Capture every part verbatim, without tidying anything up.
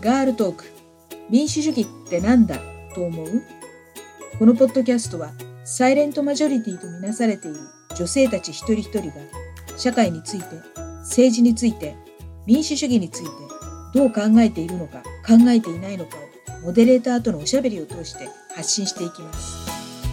ガールトーク、民主主義ってなんだと思う？このポッドキャストはサイレントマジョリティとみなされている女性たち一人一人が社会について、政治について、民主主義についてどう考えているのか考えていないのかをモデレーターとのおしゃべりを通して発信していきます。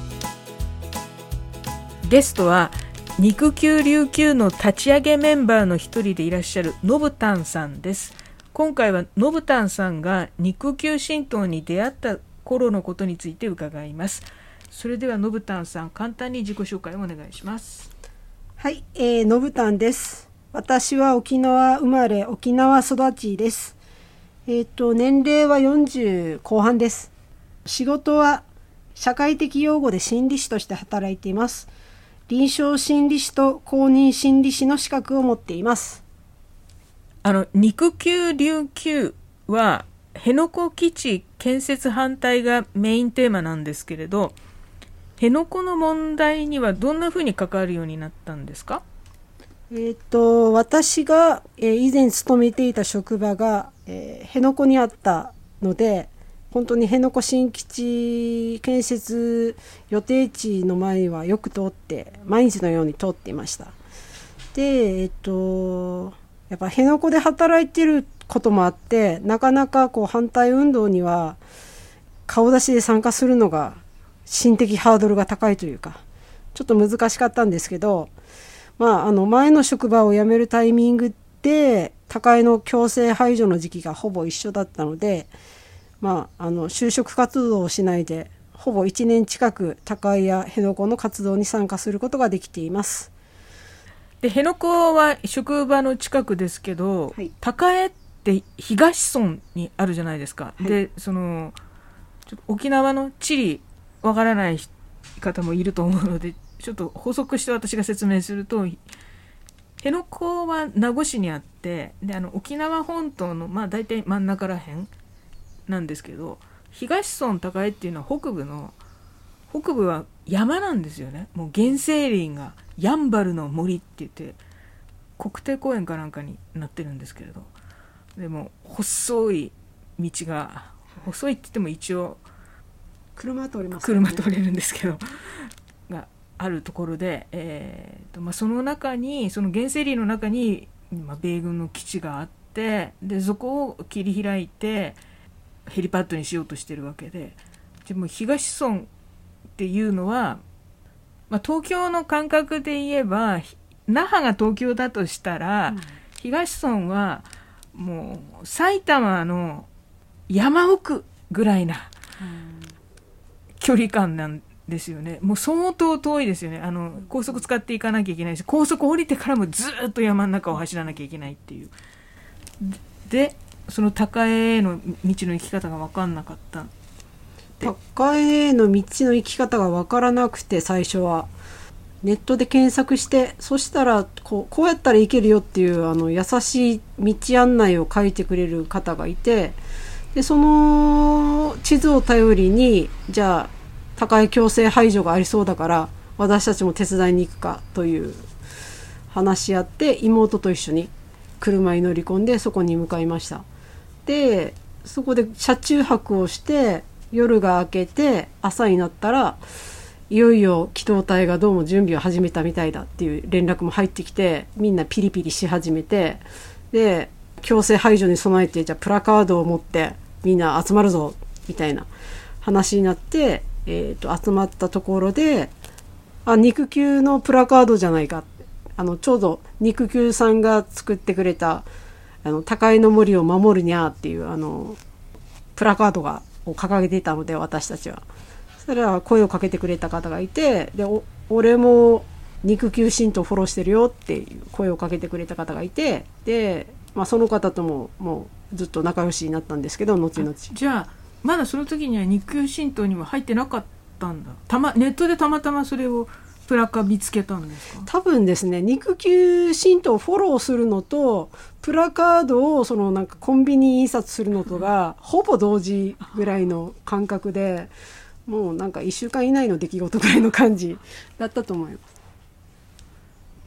ゲストは肉球琉球の立ち上げメンバーの一人でいらっしゃるのぶたんさんです。今回はのぶたんさんが肉球神道に出会った頃のことについて伺います。それではのぶたんさん、簡単に自己紹介をお願いします。 はい、えー、のぶたんです。私は沖縄生まれ沖縄育ちです。えっと年齢はよんじゅう後半です。仕事は社会的養護で心理師として働いています。臨床心理師と公認心理師の資格を持っています。 あの肉球琉球は辺野古基地建設反対がメインテーマなんですけれど、辺野古の問題にはどんなふうに関わるようになったんですか？ えっと私が、えー、以前勤めていた職場が、えー、辺野古にあったので、本当に辺野古新基地建設予定地の前はよく通って毎日のように通っていました。で、えっとやっぱ辺野古で働いていることもあって、なかなかこう反対運動には顔出しで参加するのが心的ハードルが高いというか、ちょっと難しかったんですけど、まあ、あの前の職場を辞めるタイミングで高井の強制排除の時期がほぼ一緒だったので、まあ、あの就職活動をしないでほぼいちねん近く高井や辺野古の活動に参加することができています。 で、辺野古は職場の近くですけど、はい、高江って東村にあるじゃないですか、はい、でそのちょっと沖縄の地理わからない方もいると思うので、ちょっと補足して私が説明すると、辺野古は名護市にあって、であの沖縄本島のまあ大体真ん中らへんなんですけど、東村高江っていうのは北部の北部は山なんですよね。もう原生林がやんばるの森って言って国定公園かなんかになってるんですけれど、でも細い道が、細いって言っても一応車通ります、 ね、車通れるんですけどがあるところで、えーとまあ、その中にその原生林の中に、まあ、米軍の基地があって、でそこを切り開いてヘリパッドにしようとしてるわけで、でも東村っていうのは、まあ、東京の感覚で言えば那覇が東京だとしたら、うん、東村はもう埼玉の山奥ぐらいな距離感なんですよね。もう相当遠いですよね。あの高速使っていかなきゃいけないし、高速降りてからもずっと山の中を走らなきゃいけないっていう。でその高江への道の行き方が分かんなかった。 高江への道の行き方が分からなくて、最初はネットで検索して、そしたらこう、こうやったら行けるよっていうあの優しい道案内を書いてくれる方がいて、でその地図を頼りに、じゃあ高江強制排除がありそうだから私たちも手伝いに行くかという話し合って、妹と一緒に車に乗り込んでそこに向かいました。でそこで車中泊をして、夜が明けて朝になったらいよいよ機動隊がどうも準備を始めたみたいだっていう連絡も入ってきて、みんなピリピリし始めて、で強制排除に備えて、じゃあプラカードを持ってみんな集まるぞみたいな話になって、えー、と集まったところで、あ、肉球のプラカードじゃないかって、あのちょうど肉球さんが作ってくれたあの高江の森を守るにゃーっていうあのプラカードがを掲げていたので、私たちはそれは声をかけてくれた方がいて、でお俺も肉球神道フォローしてるよっていう声をかけてくれた方がいて、で、まあ、その方とももうずっと仲良しになったんですけど、後々。 じゃあまだその時には肉球神道には入ってなかったんだ。たまネットでたまたまそれをプラカ見つけたんですか？ 多分ですね、肉球神道をフォローするのとプラカードをそのなんかコンビニ印刷するのとがほぼ同時ぐらいの感覚で、もうなんかいっしゅうかん以内の出来事ぐらいの感じだったと思います。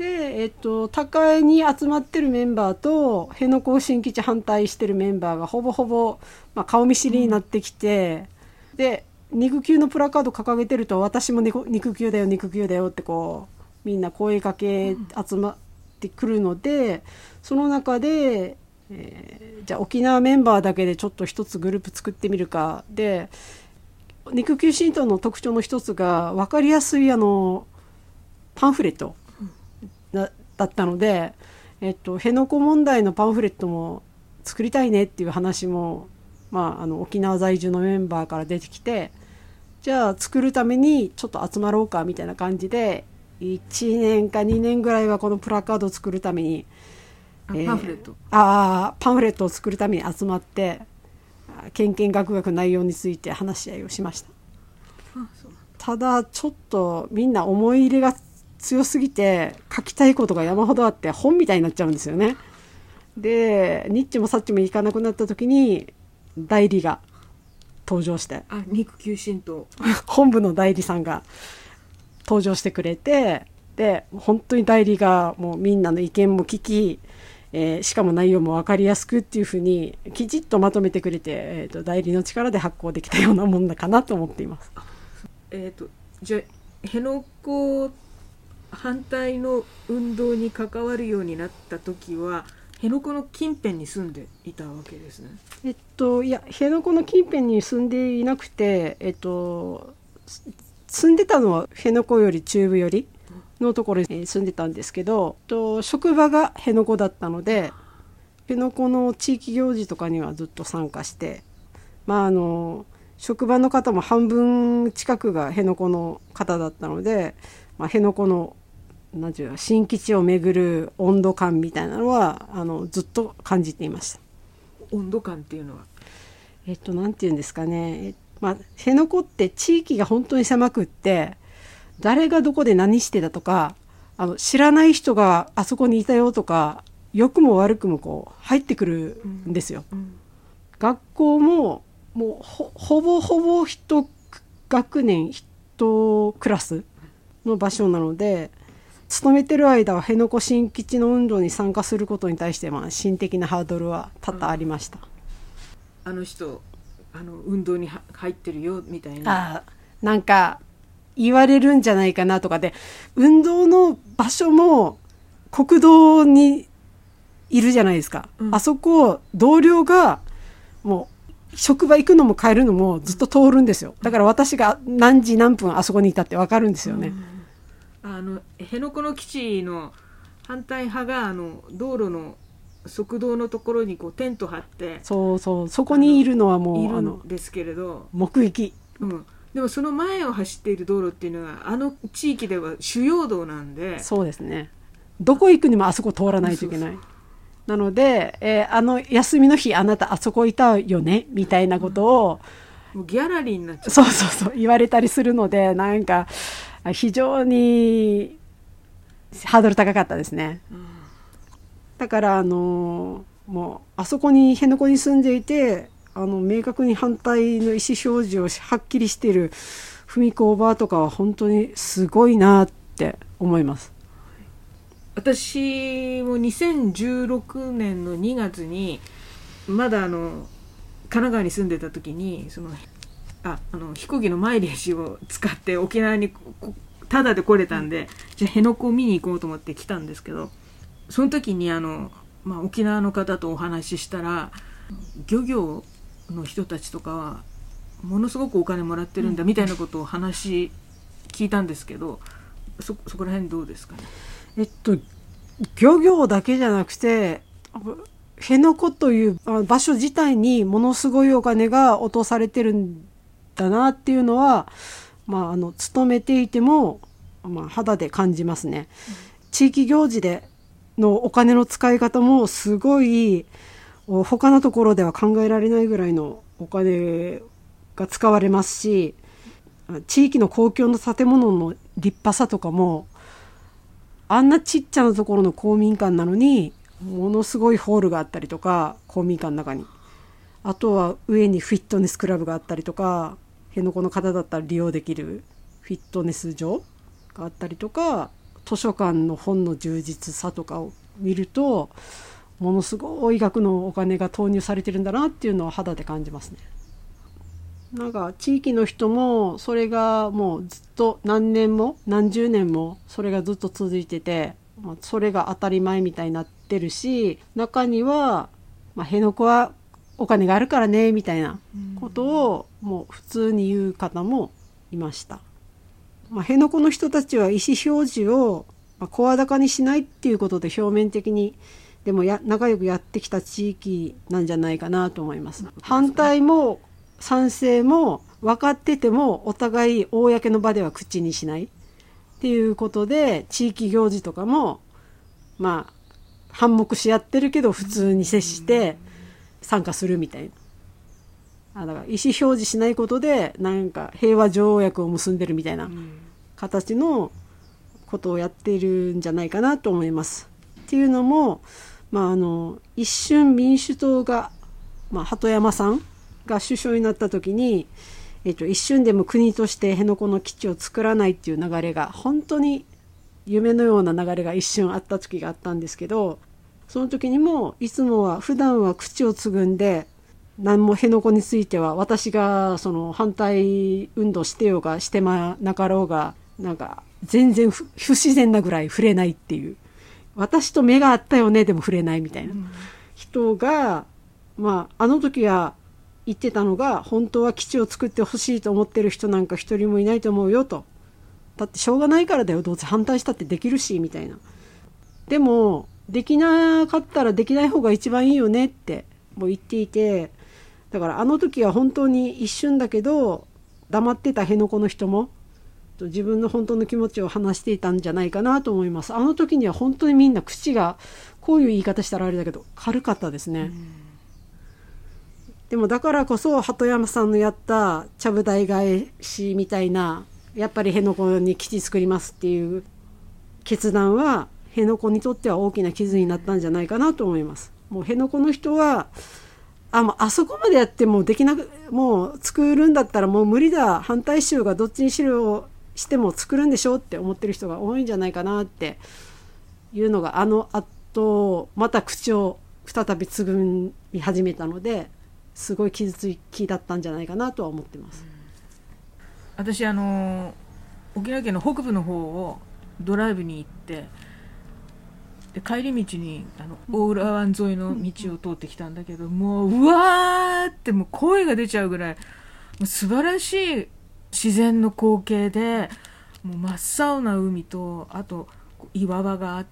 で、えっと、高江に集まってるメンバーと辺野古新基地反対してるメンバーがほぼほぼ、まあ、顔見知りになってきて、うん、で肉球のプラカード掲げてると私も肉球だよ肉球だよってこうみんな声かけ集まってくるので、うん、その中で、えー、じゃあ沖縄メンバーだけでちょっと一つグループ作ってみるかで、肉球新党の特徴の一つが分かりやすいあのパンフレットだったので、えっと、辺野古問題のパンフレットも作りたいねっていう話も、まあ、あの沖縄在住のメンバーから出てきて、じゃあ作るためにちょっと集まろうかみたいな感じでいちねんかにねんぐらいはこのプラカードを作るためにあ、えー、パンフレットあパンフレットを作るために集まってけんけんがくがく内容について話し合いをしました。 あ、そうただちょっとみんな思い入れが強すぎて書きたいことが山ほどあって本みたいになっちゃうんですよね。でニッチもサッチも行かなくなった時に代理が登場して、 あ、肉球新党本部の代理さんが登場してくれて、で本当に代理がもうみんなの意見も聞き、えー、しかも内容も分かりやすくっていうふうにきちっとまとめてくれて、えーと、代理の力で発行できたようなもんだかなと思っています。 えーと、じゃあ辺野古反対の運動に関わるようになった時は辺野古の近辺に住んでいたわけですね。 えっといや辺野古の近辺に住んでいなくて、えっと住んでたのは辺野古より中部よりのところに住んでたんですけど、と職場が辺野古だったので辺野古の地域行事とかにはずっと参加して、まああの職場の方も半分近くが辺野古の方だったので、まあ、辺野古のなんていうか新基地をめぐる温度感みたいなのはあのずっと感じていました。 温度感っていうのはえっとなんていうんですかね、まあ、辺野古って地域が本当に狭くって誰がどこで何してたとか、あの知らない人があそこにいたよとか良くも悪くもこう入ってくるんですよ、うんうん、学校ももう ほ, ほぼほぼ一学年一クラスの場所なので、勤めてる間は辺野古新基地の運動に参加することに対して、まあ、心的なハードルは多々ありました、 うん、あの人あの運動に入ってるよみたいな、 あなんか言われるんじゃないかなとかで、運動の場所も国道にいるじゃないですか、うん、あそこ同僚がもう職場行くのも帰るのもずっと通るんですよ。だから私が何時何分あそこにいたって分かるんですよね、 うん、あの辺野古の基地の反対派があの道路の側道のところにこうテント張って、 そうそうそこにいるのはもういるんですけれど目撃、 うん、でもその前を走っている道路っていうのはあの地域では主要道なんで、 そうですね、どこ行くにもあそこ通らないといけない。そうそうなので、えー、あの休みの日あなたあそこいたよねみたいなことを、 うん、もうギャラリーになっちゃう、 そうそうそう言われたりするので、なんか非常にハードル高かったですね、うん、だからあのー、もうあそこに辺野古に住んでいてあの明確に反対の意思表示をはっきりしている文子おばあとかは本当にすごいなって思います。 私もにせんじゅうろくねんのにがつにまだあの神奈川に住んでた時にそのああの飛行機のマイレージを使って沖縄にタダで来れたんで、じゃあ辺野古を見に行こうと思って来たんですけど、その時にあの、まあ、沖縄の方とお話ししたら漁業の人たちとかはものすごくお金もらってるんだみたいなことを話聞いたんですけど、そ, そこら辺どうですかね。 えっと漁業だけじゃなくて辺野古という場所自体にものすごいお金が落とされてるんだなっていうのは、まあ、あの勤めていても、まあ、肌で感じますね、うん、地域行事でのお金の使い方もすごい他のところでは考えられないぐらいのお金が使われますし、地域の公共の建物の立派さとかもあんなちっちゃなところの公民館なのにものすごいホールがあったりとか、公民館の中にあとは上にフィットネスクラブがあったりとか、辺野古の方だったら利用できるフィットネス場があったりとか、 図書館の本の充実さとかを見ると、ものすごい額のお金が投入されてるんだなっていうのは肌で感じますね。なんか地域の人もそれがもうずっと何年も何十年もそれがずっと続いてて、それが当たり前みたいになってるし、中には、まあ、辺野古はお金があるからねみたいなことをもう普通に言う方もいました。まあ、辺野古の人たちは意思表示を声高にしないっていうことで表面的にでもや仲良くやってきた地域なんじゃないかなと思います。反対も賛成も分かっててもお互い公の場では口にしないっていうことで、地域行事とかもまあ反目し合ってるけど普通に接して参加するみたいな、あだから意思表示しないことでなんか平和条約を結んでるみたいな形のことをやっているんじゃないかなと思います。っていうのも、まあ、あの一瞬民主党が、まあ、鳩山さんが首相になった時に、えっと、一瞬でも国として辺野古の基地を作らないっていう流れが本当に夢のような流れが一瞬あった時があったんですけど、その時にもいつもは普段は口をつぐんで何も辺野古については私がその反対運動してようがしてまなかろうがなんか全然不自然なぐらい触れないっていう、私と目が合ったよねでも触れないみたいな人が、まああの時は言ってたのが、本当は基地を作ってほしいと思ってる人なんか一人もいないと思うよと、だってしょうがないからだよ、どうせ反対したってできるしみたいな、でもできなかったらできない方が一番いいよねってもう言っていて、だからあの時は本当に一瞬だけど黙ってた辺野古の人も自分の本当の気持ちを話していたんじゃないかなと思います。あの時には本当にみんな口が、こういう言い方したらあれだけど軽かったですね。でもだからこそ鳩山さんのやったちゃぶ台返しみたいな、やっぱり辺野古に基地作りますっていう決断は辺野古にとっては大きな傷になったんじゃないかなと思います。もう辺野古の人はあ、もうあそこまでやってもできなく、もう作るんだったらもう無理だ、反対しようがどっちにしろしても作るんでしょうって思ってる人が多いんじゃないかなっていうのが、あの後また口を再びつぐみ始めたので、すごい傷つきだったんじゃないかなとは思ってます。 私あの沖縄県の北部の方をドライブに行って、で帰り道にあの大浦湾沿いの道を通ってきたんだけど、もううわーってもう声が出ちゃうぐらいもう素晴らしい自然の光景で、もう真っ青な海とあと岩場があって、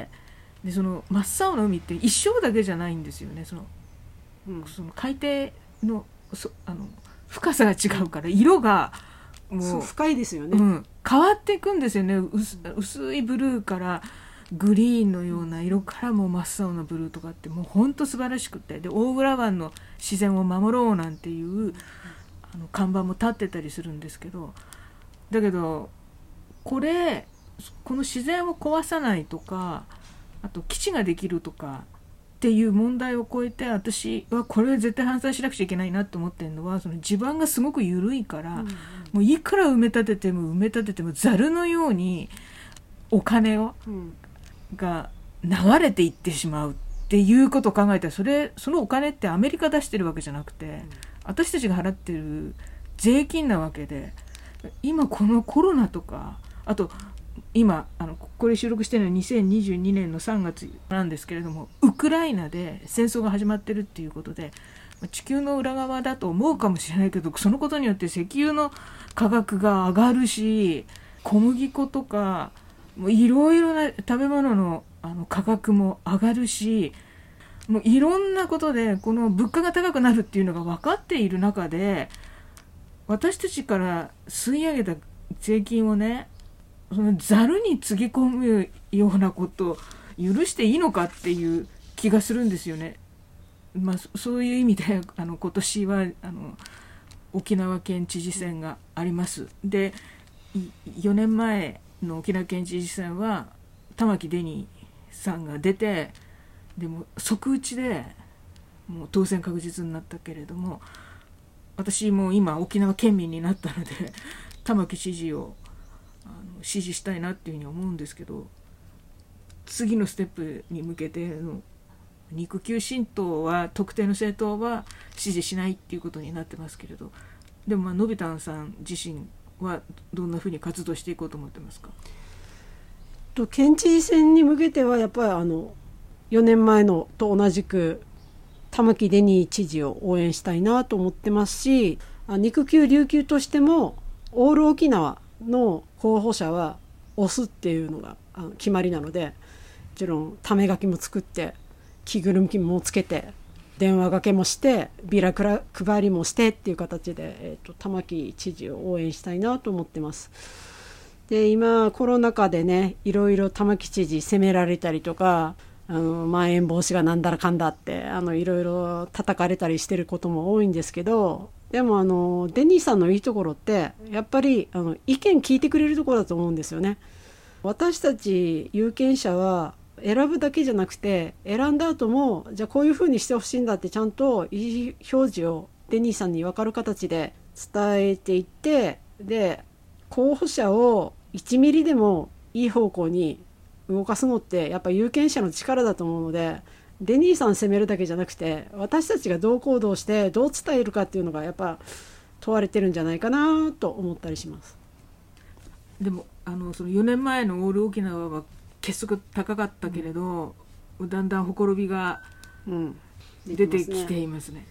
でその真っ青な海って一生だけじゃないんですよね。その、うん、その海底の、そあの深さが違うから色がもう深いですよね、 うん、変わっていくんですよね。薄、薄いブルーからグリーンのような色からも真っ青なブルーとかってもうほんと素晴らしくて、で大浦湾の自然を守ろうなんていうあの看板も立ってたりするんですけど、だけどこれこの自然を壊さないとか、あと基地ができるとかっていう問題を超えて、私はこれは絶対反対しなくちゃいけないなと思ってるのは、その地盤がすごく緩いから、うんうん、もういくら埋め立てても埋め立ててもざるのようにお金を、うんが流れていってしまうっていうことを考えたら、それそのお金ってアメリカ出してるわけじゃなくて、うん、私たちが払ってる税金なわけで、今このコロナとか、あと今あのこれ収録してるのはにせんにじゅうにねんのさんがつなんですけれども、ウクライナで戦争が始まってるっていうことで、地球の裏側だと思うかもしれないけど、そのことによって石油の価格が上がるし、小麦粉とかもういろいろな食べ物の、あの価格も上がるし、もういろんなことでこの物価が高くなるっていうのが分かっている中で、私たちから吸い上げた税金をね、そのざるにつぎ込むようなことを許していいのかっていう気がするんですよね。まあ、そういう意味であの今年はあの沖縄県知事選があります。でよねんまえの沖縄県知事選は玉城デニーさんが出て、でも即打ちでもう当選確実になったけれども、私も今沖縄県民になったので玉城知事をあの支持したいなっていうふうに思うんですけど、次のステップに向けての肉球新党は特定の政党は支持しないっていうことになってますけれど、でもまあのびたんさん自身はどんなふうに活動していこうと思ってますか？ と県知事選に向けてはやっぱりあのよねんまえのと同じく玉城デニー知事を応援したいなと思ってますし、肉球琉球としてもオール沖縄の候補者は推すっていうのが決まりなので、もちろんため書きも作って着ぐるみもつけて電話掛けもしてビラ配りもしてっていう形で、えーと、玉城知事を応援したいなと思ってます。で今コロナ禍でね、いろいろ玉城知事責められたりとか、あのまん延防止がなんだらかんだってあのいろいろ叩かれたりしてることも多いんですけど、でもあのデニーさんのいいところってやっぱりあの意見聞いてくれるところだと思うんですよね。私たち有権者は選ぶだけじゃなくて、選んだ後もじゃあこういうふうにしてほしいんだってちゃんと意思表示をデニーさんに分かる形で伝えていって、で候補者をいちミリでもいい方向に動かすのってやっぱ有権者の力だと思うので、デニーさん責めるだけじゃなくて私たちがどう行動してどう伝えるかっていうのがやっぱ問われてるんじゃないかなと思ったりします。 でもあのそのよねんまえのオール沖縄は結束高かったけれど、うん、だんだんほころびが出てきていますね。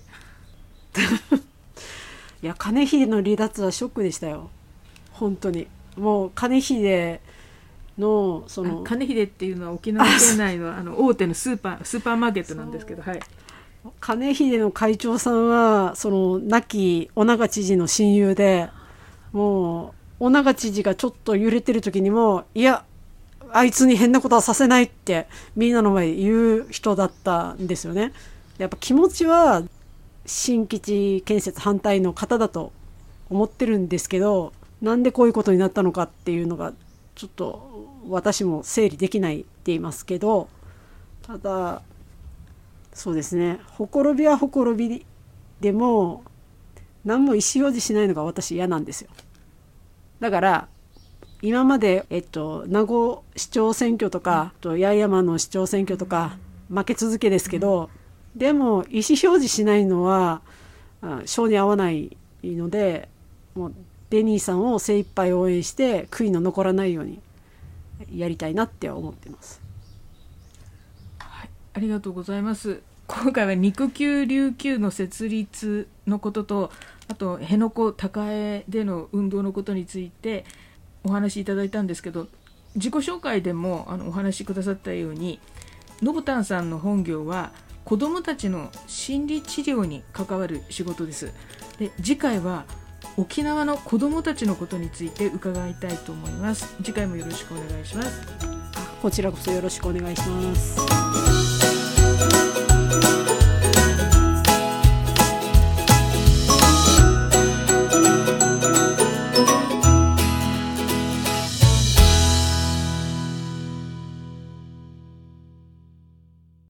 いや金秀の離脱はショックでしたよ本当に。もう金秀のその金秀っていうのは沖縄県内 の, あの大手のスーパースーパーマーケットなんですけど、はい、 金秀の会長さんはその亡き尾長知事の親友で、もう尾長知事がちょっと揺れてる時にもいやあいつに変なことはさせないってみんなの前で言う人だったんですよね。やっぱ気持ちは新基地建設反対の方だと思ってるんですけど、なんでこういうことになったのかっていうのがちょっと私も整理できないって言いますけど、ただそうですね、ほころびはほころびでも何も意思表示しないのが私嫌なんですよ。だから今まで、えっと、名護市長選挙とか八重山の市長選挙とか負け続けですけど、でも意思表示しないのは性に合わないので、もうデニーさんを精一杯応援して悔いの残らないようにやりたいなって思ってます。 はい、ありがとうございます。今回は肉球琉球の設立のことと、あと辺野古高江での運動のことについてお話しいただいたんですけど、自己紹介でもあのお話しくださったように、のぶたんさんの本業は子どもたちの心理治療に関わる仕事です。で、次回は沖縄の子どもたちのことについて伺いたいと思います。次回もよろしくお願いします。 こちらこそよろしくお願いします。